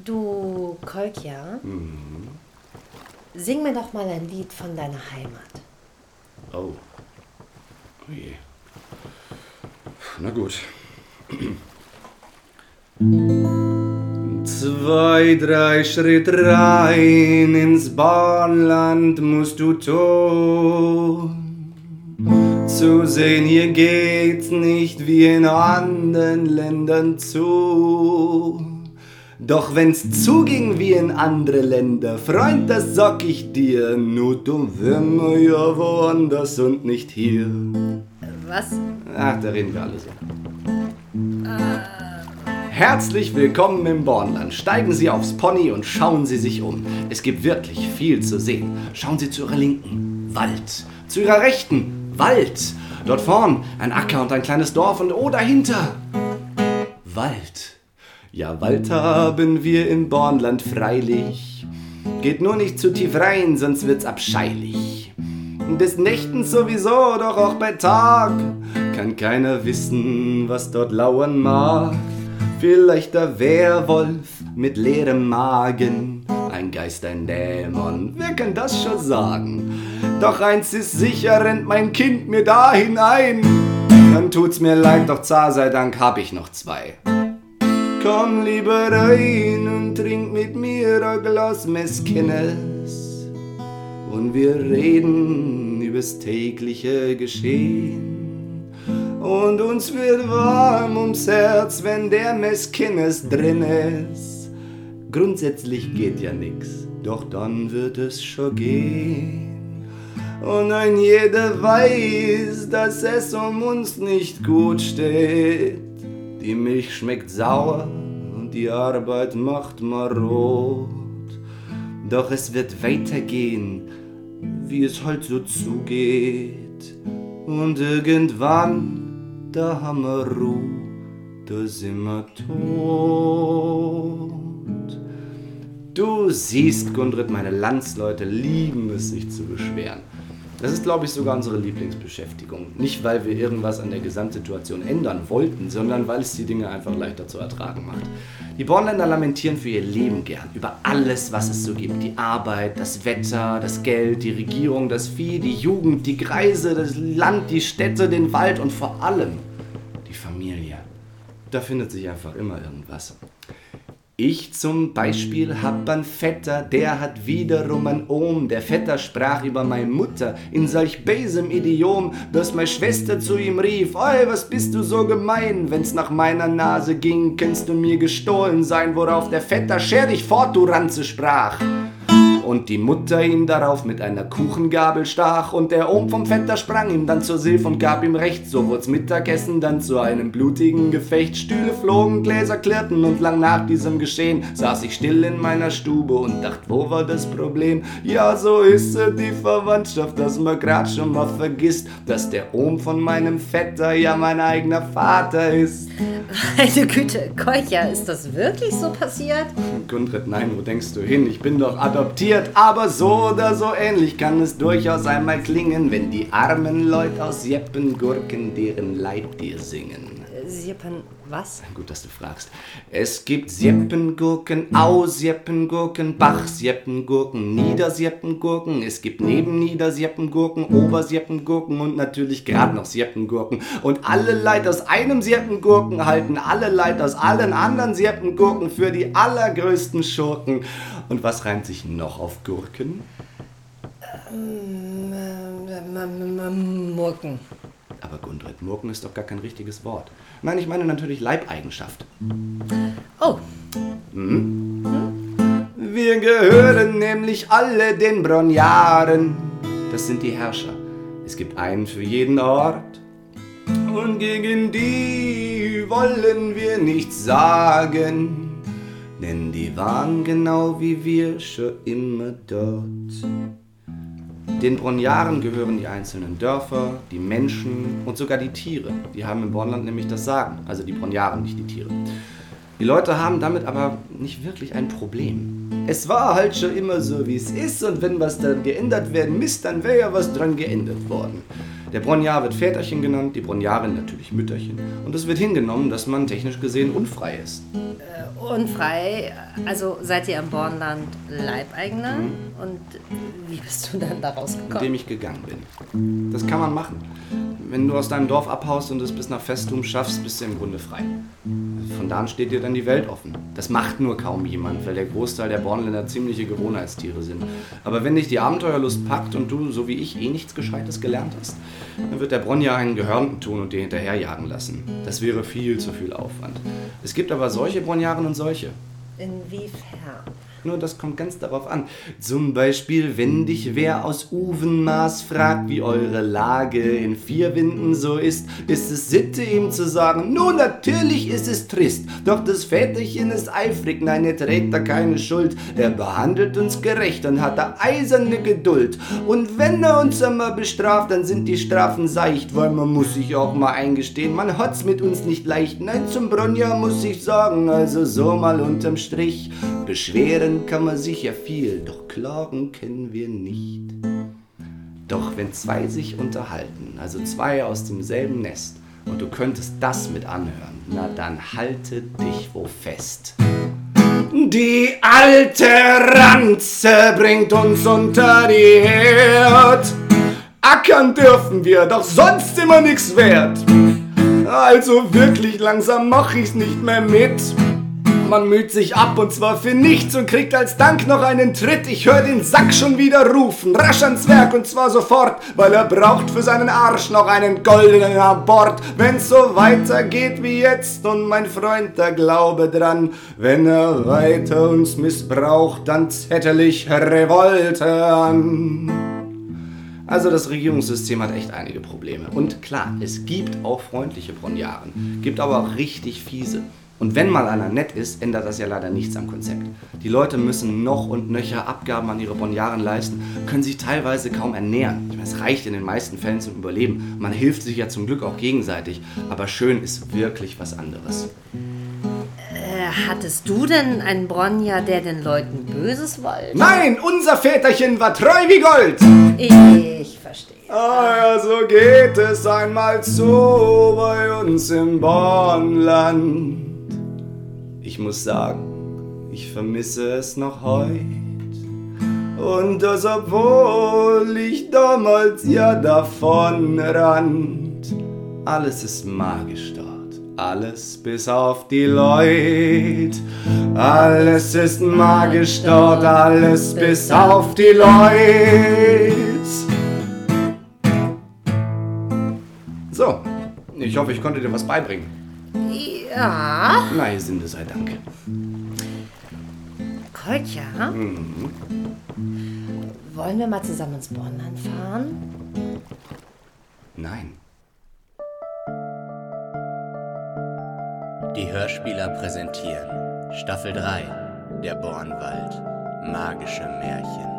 Du, Kolkja, sing mir doch mal ein Lied von deiner Heimat. Oh. Oh je. Na gut. 2, 3 Schritt rein ins Bornland musst du tun. Zu sehen, hier geht's nicht wie in anderen Ländern zu. Doch wenn's zuging wie in andere Länder, Freund, das sag ich dir, nur dumm wären wir ja woanders und nicht hier. Was? Ach, da reden wir alle so. Herzlich willkommen im Bornland. Steigen Sie aufs Pony und schauen Sie sich um. Es gibt wirklich viel zu sehen. Schauen Sie zu Ihrer Linken, Wald. Zu Ihrer Rechten, Wald. Dort vorn ein Acker und ein kleines Dorf und dahinter Wald. Ja, Wald haben wir im Bornland freilich. Geht nur nicht zu tief rein, sonst wird's abscheulich. Des Nächtens sowieso, doch auch bei Tag kann keiner wissen, was dort lauern mag. Vielleicht der Werwolf mit leerem Magen, ein Geist, ein Dämon, wer kann das schon sagen? Doch eins ist sicher, rennt mein Kind mir da hinein, dann tut's mir leid, doch Zar sei Dank hab ich noch 2. Komm lieber rein und trink mit mir ein Glas Meskines und wir reden übers tägliche Geschehen. Und uns wird warm ums Herz, wenn der Meskines drin ist. Grundsätzlich geht ja nix, doch dann wird es schon gehen. Und ein jeder weiß, dass es um uns nicht gut steht. Die Milch schmeckt sauer und die Arbeit macht marot. Doch es wird weitergehen, wie es halt so zugeht. Und irgendwann, da haben wir Ruhe, da sind wir tot. Du siehst, Gundrit, meine Landsleute lieben es, sich zu beschweren. Das ist, glaube ich, sogar unsere Lieblingsbeschäftigung. Nicht, weil wir irgendwas an der Gesamtsituation ändern wollten, sondern weil es die Dinge einfach leichter zu ertragen macht. Die Bornländer lamentieren für ihr Leben gern, über alles, was es so gibt. Die Arbeit, das Wetter, das Geld, die Regierung, das Vieh, die Jugend, die Greise, das Land, die Städte, den Wald und vor allem die Familie. Da findet sich einfach immer irgendwas. Ich zum Beispiel hab einen Vetter, der hat wiederum einen Ohm. Der Vetter sprach über meine Mutter in solch bösem Idiom, dass meine Schwester zu ihm rief: Oi, was bist du so gemein? Wenn's nach meiner Nase ging, kannst du mir gestohlen sein. Worauf der Vetter: Scher dich fort, du Ranze, sprach. Und die Mutter ihn darauf mit einer Kuchengabel stach. Und der Ohm vom Vetter sprang ihm dann zur Silf und gab ihm recht. So wurd's Mittagessen dann zu einem blutigen Gefecht. Stühle flogen, Gläser klirrten und lang nach diesem Geschehen saß ich still in meiner Stube und dacht, wo war das Problem? Ja, so ist die Verwandtschaft, dass man grad schon mal vergisst, dass der Ohm von meinem Vetter ja mein eigener Vater ist. Meine Güte, Kolkja, ist das wirklich so passiert? Gundrit, nein, wo denkst du hin? Ich bin doch adoptiert. Aber so oder so ähnlich kann es durchaus einmal klingen, wenn die armen Leute aus Jeppengurken deren Leid dir singen. Jeppen, was? Gut, dass du fragst. Es gibt Jeppengurken, Aus-Jeppengurken, Bachs-Jeppengurken, Nieders-Jeppengurken. Es gibt neben-Nieders-Jeppengurken, Obers-Jeppengurken und natürlich gerade noch Jeppengurken. Und alle Leute aus einem Jeppengurken halten alle Leute aus allen anderen Jeppengurken für die allergrößten Schurken. Und was reimt sich noch auf Gurken? Murken. Aber Gundrit, Murken ist doch gar kein richtiges Wort. Nein, ich meine natürlich Leibeigenschaft. Oh. Wir gehören nämlich alle den Bronjaren. Das sind die Herrscher. Es gibt einen für jeden Ort. Und gegen die wollen wir nichts sagen. Denn die waren genau wie wir schon immer dort. Den Bronjaren gehören die einzelnen Dörfer, die Menschen und sogar die Tiere. Die haben im Bornland nämlich das Sagen. Also die Bronjaren, nicht die Tiere. Die Leute haben damit aber nicht wirklich ein Problem. Es war halt schon immer so, wie es ist, und wenn was dann geändert werden müsste, dann wäre ja was dran geändert worden. Der Bronjar wird Väterchen genannt, die Bronjarin natürlich Mütterchen. Und es wird hingenommen, dass man technisch gesehen unfrei ist. Unfrei, also seid ihr im Bornland Leibeigene? Und wie bist du dann da rausgekommen? Indem ich gegangen bin. Das kann man machen. Wenn du aus deinem Dorf abhaust und es bis nach Festum schaffst, bist du im Grunde frei. Von da an steht dir dann die Welt offen. Das macht nur kaum jemand, weil der Großteil der Bornländer ziemliche Gewohnheitstiere sind. Aber wenn dich die Abenteuerlust packt und du, so wie ich, nichts Gescheites gelernt hast, dann wird der Bronja einen Gehörnten tun und dir hinterherjagen lassen. Das wäre viel zu viel Aufwand. Es gibt aber solche Bronjaren und solche. Inwiefern? Nur das kommt ganz darauf an. Zum Beispiel, wenn dich wer aus Uvenmaß fragt, wie eure Lage in 4 Winden so ist es Sitte, ihm zu sagen, nun, natürlich ist es trist, doch das Väterchen ist eifrig, nein, er trägt da keine Schuld. Er behandelt uns gerecht und hat da eiserne Geduld. Und wenn er uns einmal bestraft, dann sind die Strafen seicht, weil man muss sich auch mal eingestehen, man hat's mit uns nicht leicht. Nein, zum Bronja muss ich sagen, also so mal unterm Strich, beschweren kann man sich ja viel, doch klagen kennen wir nicht. Doch wenn 2 sich unterhalten, also 2 aus demselben Nest, und du könntest das mit anhören, na dann halte dich wo fest. Die alte Ranze bringt uns unter die Herd. Ackern dürfen wir, doch sonst immer nix wert. Also wirklich langsam mach ich's nicht mehr mit. Man müht sich ab und zwar für nichts und kriegt als Dank noch einen Tritt. Ich hör den Sack schon wieder rufen, rasch ans Werk und zwar sofort, weil er braucht für seinen Arsch noch einen goldenen an Bord. Wenn's so weitergeht wie jetzt und mein Freund, da glaube dran, wenn er weiter uns missbraucht, dann zettel ich Revolte an. Also das Regierungssystem hat echt einige Probleme. Und klar, es gibt auch freundliche Bronjaren, gibt aber auch richtig fiese. Und wenn mal einer nett ist, ändert das ja leider nichts am Konzept. Die Leute müssen noch und nöcher Abgaben an ihre Bronjaren leisten, können sich teilweise kaum ernähren. Es reicht in den meisten Fällen zum Überleben. Man hilft sich ja zum Glück auch gegenseitig. Aber schön ist wirklich was anderes. Hattest du denn einen Bronja, der den Leuten Böses wollte? Nein, unser Väterchen war treu wie Gold. Ich verstehe. Ah ja, so geht es einmal zu bei uns im Bornland. Ich muss sagen, ich vermisse es noch heut. Und das, obwohl ich damals ja davon rannt. Alles ist magisch dort, alles bis auf die Leut. Alles ist magisch dort, alles bis auf die Leut. So, ich hoffe, ich konnte dir was beibringen. Ja. Na, hier sind wir, sei Dank. Kolja? Wollen wir mal zusammen ins Bornland fahren? Nein. Die Hörspieler präsentieren Staffel 3, der Bornwald, magische Märchen.